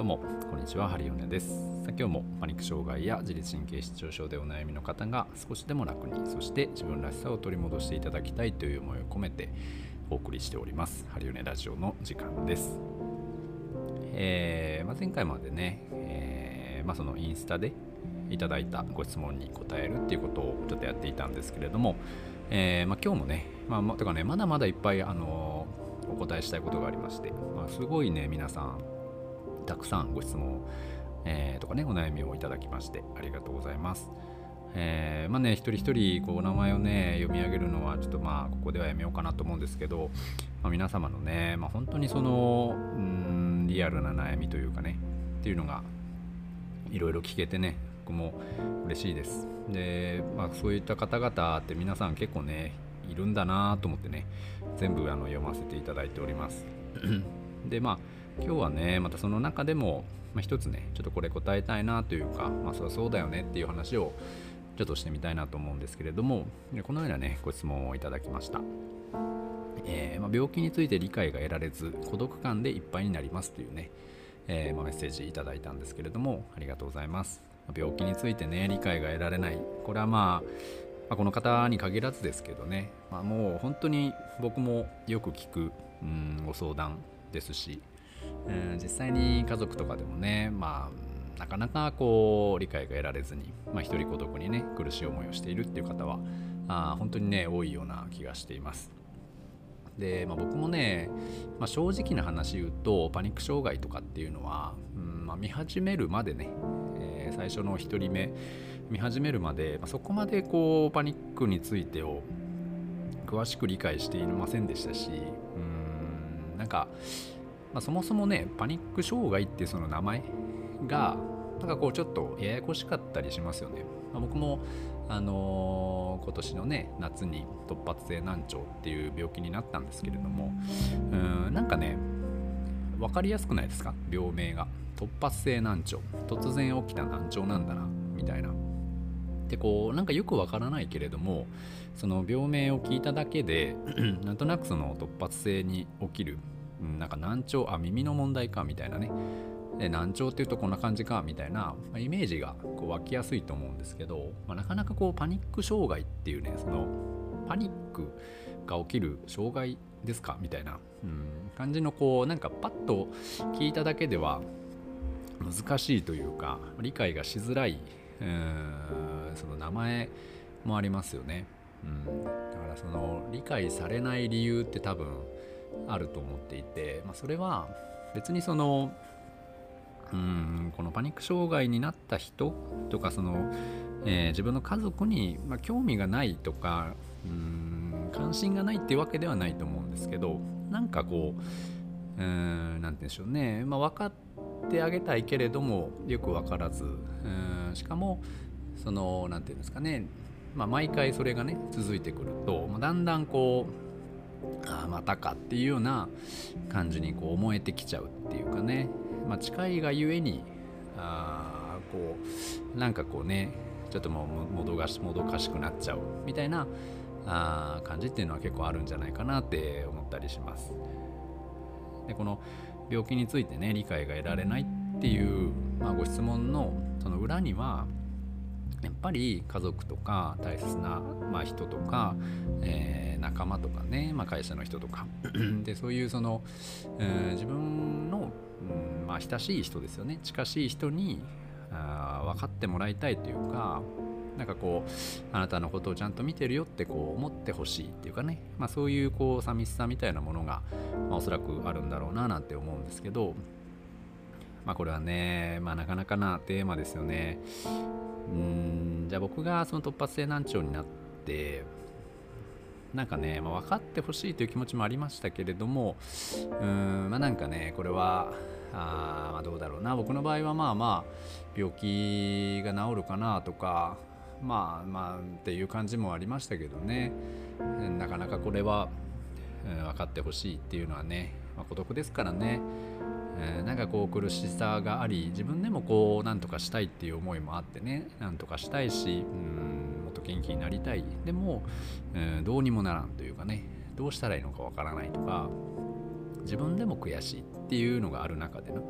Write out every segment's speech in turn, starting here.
もこんにちは、ハリオネです。今日もパニック障害や自律神経失調症でお悩みの方が少しでも楽に、そして自分らしさを取り戻していただきたいという思いを込めてお送りしておりますハリオネラジオの時間です。前回までね、そのインスタでいただいたご質問に答えるっていうことをちょっとやっていたんですけれども、今日もね、まだまだいっぱいお答えしたいことがありまして、すごいね皆さんたくさんご質問、とかねお悩みをいただきましてありがとうございます。一人一人お名前をね読み上げるのはちょっとここではやめようかなと思うんですけど、皆様のね、本当にそのリアルな悩みというかねっていうのがいろいろ聞けてね、僕も嬉しいです。で、そういった方々って皆さん結構ねいるんだなと思ってね、全部読ませていただいておりますで今日はねまたその中でも、一つねちょっとこれ答えたいなというか、そうだよねっていう話をちょっとしてみたいなと思うんですけれども、このようなねご質問をいただきました。病気について理解が得られず孤独感でいっぱいになりますというね、メッセージいただいたんですけれども、ありがとうございます。病気についてね理解が得られない、これはこの方に限らずですけどね、もう本当に僕もよく聞くご相談ですし、実際に家族とかでもね、なかなか理解が得られずに、一人孤独にね苦しい思いをしているっていう方は本当にね多いような気がしています。で、僕もね、正直な話言うとパニック障害とかっていうのは、見始めるまでね、最初の1人目見始めるまで、そこまでパニックについてを詳しく理解していませんでしたし、そもそもねパニック障害っていうその名前がちょっとややこしかったりしますよね。僕も今年のね夏に突発性難聴っていう病気になったんですけれども、分かりやすくないですか？病名が突発性難聴、突然起きた難聴なんだなみたいな。でよくわからないけれども、その病名を聞いただけでなんとなくその突発性に起きる難聴、耳の問題かみたいなね、で難聴っていうとこんな感じかみたいな、イメージが湧きやすいと思うんですけど、なかなかパニック障害っていうね、そのパニックが起きる障害ですかみたいな、感じのパッと聞いただけでは難しいというか理解がしづらいその名前もありますよね。だからその理解されない理由って多分あると思っていて、それは別にそのこのパニック障害になった人とかその、自分の家族に、興味がないとか関心がないっていうわけではないと思うんですけど、なんて言うんでしょうね、分かってあげたいけれどもよく分からず、しかもそのなんていうんですかね、毎回それがね続いてくると、だんだんまたかっていうような感じに思えてきちゃうっていうかね、近いがゆえにちょっともうもどかしくなっちゃうみたいな感じっていうのは結構あるんじゃないかなって思ったりします。でこの病気についてね理解が得られないっていう、ご質問のその裏にはやっぱり家族とか大切な、人とか、仲間とかね、会社の人とかでそういうその、自分の、親しい人ですよね、近しい人に分かってもらいたいというか、あなたのことをちゃんと見てるよって思ってほしいっていうかね、そういう寂しさみたいなものが、おそらくあるんだろうななんて思うんですけど、これはね、なかなかなテーマですよね。じゃあ僕がその突発性難聴になって分かってほしいという気持ちもありましたけれども、これはどうだろうな、僕の場合は病気が治るかなとかっていう感じもありましたけどね、なかなかこれは、分かってほしいっていうのはね、孤独ですからね、苦しさがあり、自分でも何とかしたいっていう思いもあってね、何とかしたいし、もっと元気になりたい、でも、どうにもならんというかね、どうしたらいいのかわからないとか、自分でも悔しいっていうのがある中での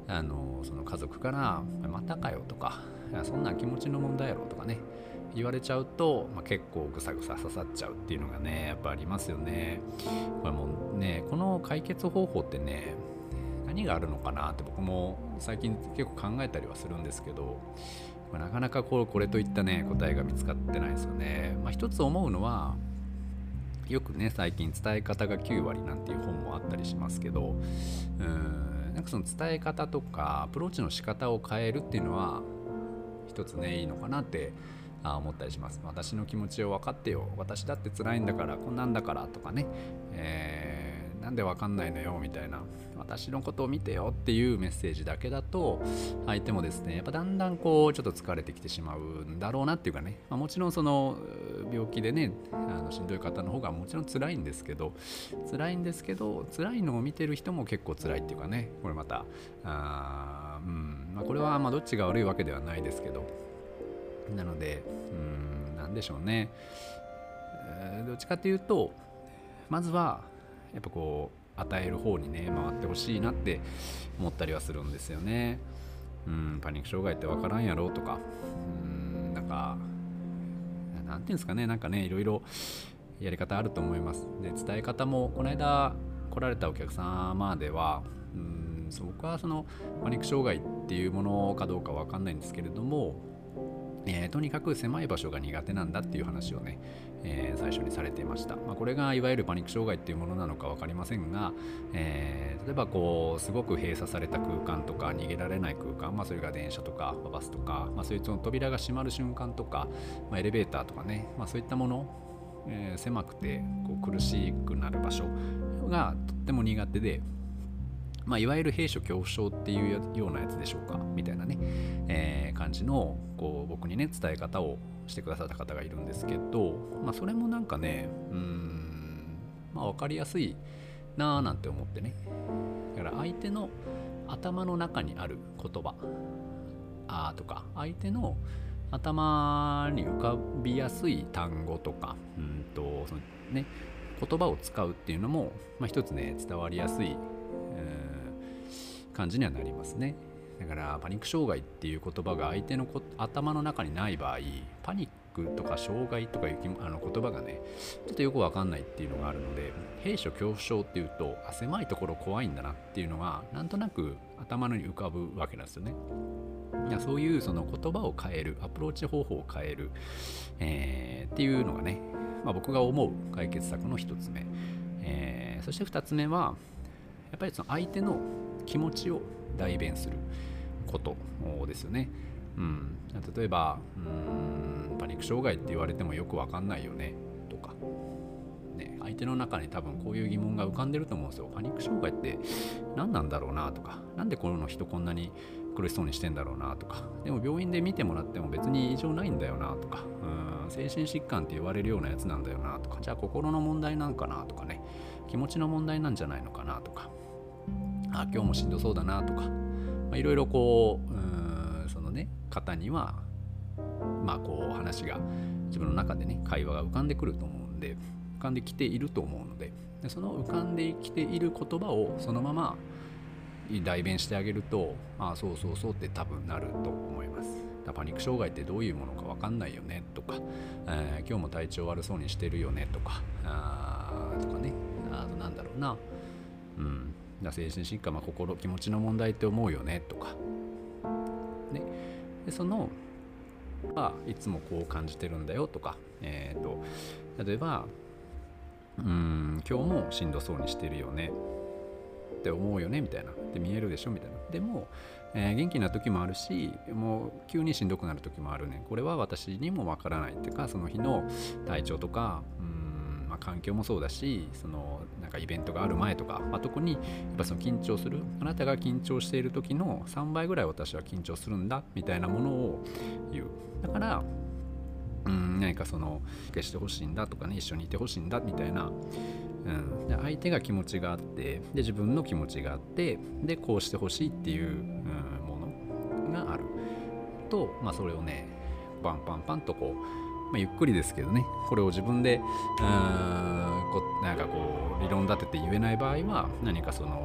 その家族からまたかよとか、そんなん気持ちの問題やろとかね言われちゃうと、結構ぐさぐさ刺さっちゃうっていうのがねやっぱありますよね。これもうね、この解決方法ってね何があるのかなって僕も最近結構考えたりはするんですけど、なかなかこれといったね答えが見つかってないですよね。一つ思うのは、よくね最近伝え方が9割なんていう本もあったりしますけど、なんかその伝え方とかアプローチの仕方を変えるっていうのは一つねいいのかなって思ったりします。私の気持ちを分かってよ、私だって辛いんだからこんなんだからとかね、なんで分かんないのよみたいな、私のことを見てよっていうメッセージだけだと相手もですねやっぱだんだんこうちょっと疲れてきてしまうんだろうなっていうかね、もちろんその病気でねしんどい方の方がもちろん辛いんですけど辛いのを見てる人も結構辛いっていうかね、これまたこれはどっちが悪いわけではないですけど、なのでなんでしょうね、どっちかというとまずはやっぱこう与える方にね回ってほしいなって思ったりはするんですよね。パニック障害って分からんやろとか、なんかなんていうんですかね、なんかねいろいろやり方あると思います。で伝え方もこの間来られたお客様では僕はそのパニック障害っていうものかどうか分かんないんですけれども、とにかく狭い場所が苦手なんだっていう話をね、最初にされていました。これがいわゆるパニック障害っていうものなのか分かりませんが、例えばこうすごく閉鎖された空間とか逃げられない空間、それが電車とかバスとか、そういうその扉が閉まる瞬間とか、エレベーターとかね、そういったもの、狭くてこう苦しくなる場所がとっても苦手で、いわゆる閉所恐怖症っていうようなやつでしょうかみたいなね、感じのこう僕にね伝え方をしてくださった方がいるんですけど、それもなんかね分かりやすいなぁなんて思ってね、だから相手の頭の中にある言葉とか相手の頭に浮かびやすい単語とかそのね言葉を使うっていうのも、一つね伝わりやすい感じにはなりますね。だからパニック障害っていう言葉が相手の頭の中にない場合、パニックとか障害とかいう言葉がねちょっとよく分かんないっていうのがあるので、閉所恐怖症っていうと狭いところ怖いんだなっていうのがなんとなく頭に浮かぶわけなんですよね。そういうその言葉を変える、アプローチ方法を変える、っていうのがね、僕が思う解決策の一つ目、そして二つ目はやっぱりその相手の気持ちを代弁することですよね。例えばパニック障害って言われてもよく分かんないよねとか、相手の中に多分こういう疑問が浮かんでると思うんですよ。パニック障害って何なんだろうなとか、なんでこの人こんなに苦しそうにしてんだろうなとか、でも病院で見てもらっても別に異常ないんだよなとか、精神疾患って言われるようなやつなんだよなとか、じゃあ心の問題なんかなとかね、気持ちの問題なんじゃないのかなとか、今日もしんどそうだなとか、いろいろこうそのね方にはこう話が自分の中でね会話が浮かんでくると思うんで、浮かんできていると思うので、その浮かんできている言葉をそのまま代弁してあげると、そうそうそうって多分なると思います。パニック障害ってどういうものか分かんないよねとか、今日も体調悪そうにしてるよねとか、とかね、あとなんだろうな、精神疾患、心、気持ちの問題って思うよねとか、ね、でそのいつもこう感じてるんだよとか、例えば今日もしんどそうにしてるよねって思うよねみたいな、で見えるでしょみたいな、でも、元気な時もあるし、もう急にしんどくなる時もあるね、これは私にもわからないっていうか、その日の体調とか環境もそうだし、そのなんかイベントがある前とか、特にやっぱその緊張する、あなたが緊張している時の3倍ぐらい私は緊張するんだみたいなものを言う。だから何かその消してほしいんだとかね、一緒にいてほしいんだみたいな、で相手が気持ちがあって、で自分の気持ちがあって、でこうしてほしいっていう、ものがあると、それをねパンパンパンとこう、ゆっくりですけどね、これを自分でなんかこう理論立てて言えない場合は、何かその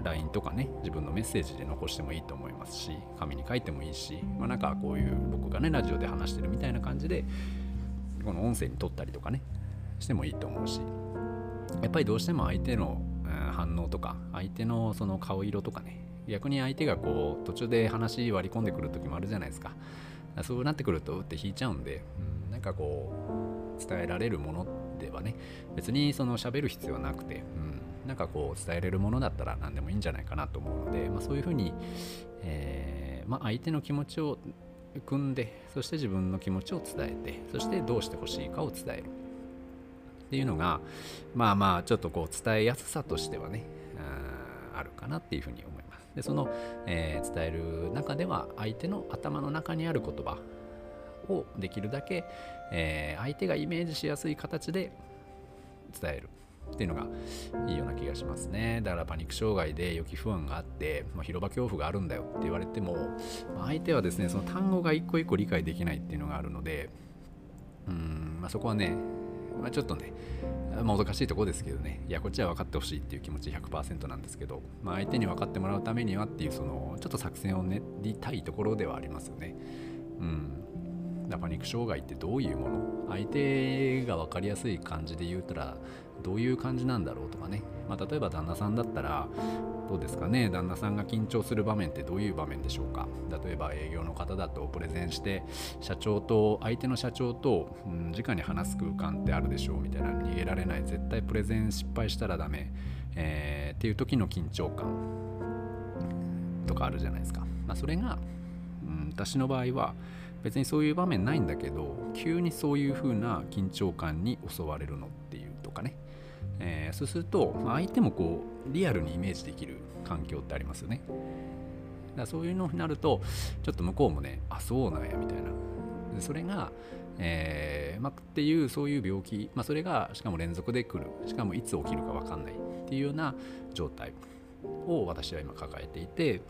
LINE とかね、自分のメッセージで残してもいいと思いますし、紙に書いてもいいし、なんかこういう僕がねラジオで話してるみたいな感じでこの音声に撮ったりとかねしてもいいと思うし、やっぱりどうしても相手の反応とか相手のその顔色とかね、逆に相手がこう途中で話割り込んでくる時もあるじゃないですか。そうなってくるとって引いちゃうんで、なんかこう伝えられるものではね、別にその喋る必要はなくて、なんかこう伝えれるものだったら何でもいいんじゃないかなと思うので、そういうふうに、相手の気持ちを汲んで、そして自分の気持ちを伝えて、そしてどうしてほしいかを伝えるっていうのがちょっとこう伝えやすさとしてはねあるかなっていうふうに思います。でその、伝える中では相手の頭の中にある言葉をできるだけ、相手がイメージしやすい形で伝えるっていうのがいいような気がしますね。だからパニック障害で予期不安があって、広場恐怖があるんだよって言われても、相手はですねその単語が一個一個理解できないっていうのがあるので、そこはね、ちょっとね、もどかしいところですけどね、いやこっちは分かってほしいっていう気持ち 100% なんですけど、相手に分かってもらうためにはっていうそのちょっと作戦を練りたいところではありますよね。パニック障害ってどういうもの、相手が分かりやすい感じで言うたらどういう感じなんだろうとかね、例えば旦那さんだったらどうですかね、旦那さんが緊張する場面ってどういう場面でしょうか。例えば営業の方だとプレゼンして相手の社長と、直に話す空間ってあるでしょうみたいな、逃げられない、絶対プレゼン失敗したらダメ、っていう時の緊張感とかあるじゃないですか。それが、私の場合は別にそういう場面ないんだけど、急にそういう風な緊張感に襲われるのっていうとかね、そうすると、相手もこうリアルにイメージできる環境ってありますよね。だからそういうのになるとちょっと向こうもね、そうなんやみたいな、それが、っていうそういう病気、それがしかも連続で来る、しかもいつ起きるか分かんないっていうような状態を私は今抱えていて、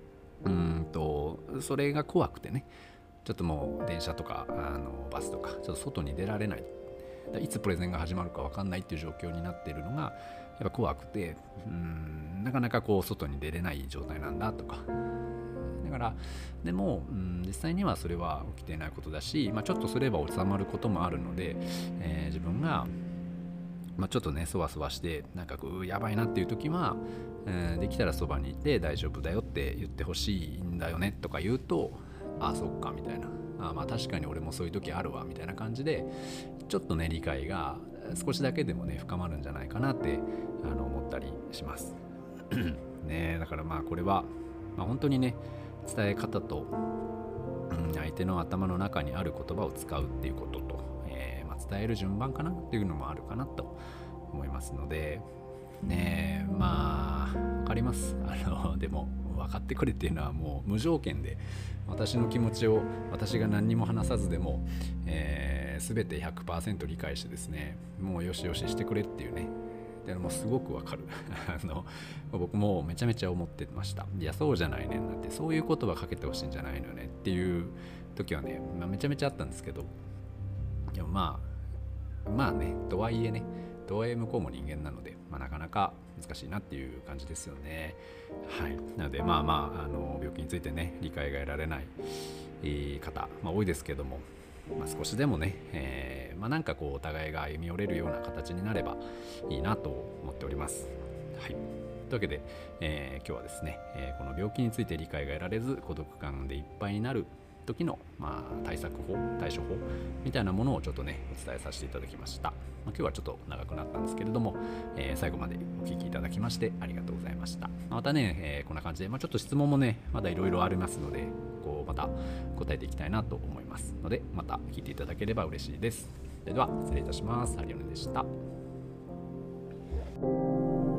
それが怖くてね、ちょっともう電車とかバスとかちょっと外に出られない、いつプレゼンが始まるか分かんないっていう状況になっているのがやっぱ怖くて、なかなかこう外に出れない状態なんだとか、だからでも、実際にはそれは起きていないことだし、ちょっとすれば収まることもあるので、自分がちょっとねそわそわしてなんかやばいなっていう時は、できたらそばにいて大丈夫だよって言ってほしいんだよねとか言うと、そっかみたいな、確かに俺もそういう時あるわみたいな感じで、ちょっとね理解が少しだけでもね深まるんじゃないかなって思ったりしますね。だからこれは、本当にね伝え方と、相手の頭の中にある言葉を使うっていうことと、伝える順番かなっていうのもあるかなと思いますのでね。分かります。でも分かってくれっていうのはもう無条件で、私の気持ちを私が何にも話さずでも、全て 100% 理解してですね、もうよしよししてくれっていうね、でもすごく分かる僕もめちゃめちゃ思ってました。いやそうじゃないねんなって、そういう言葉かけてほしいんじゃないのよねっていう時はね、めちゃめちゃあったんですけど、でもね、とはいえ向こうも人間なので、なかなか難しいなっていう感じですよね。はい。なので病気についてね理解が得られない方、多いですけども、少しでもね、なんかこうお互いが歩み寄れるような形になればいいなと思っております。はい。というわけで、今日はですね、この病気について理解が得られず孤独感でいっぱいになる時の、対処法みたいなものをちょっとねお伝えさせていただきました。今日はちょっと長くなったんですけれども、最後までお聞きいただきましてありがとうございました。またね、こんな感じで、ちょっと質問もねまだいろいろありますので、また答えていきたいなと思いますので、また聞いていただければ嬉しいです。それでは失礼いたします。ハリオネでした。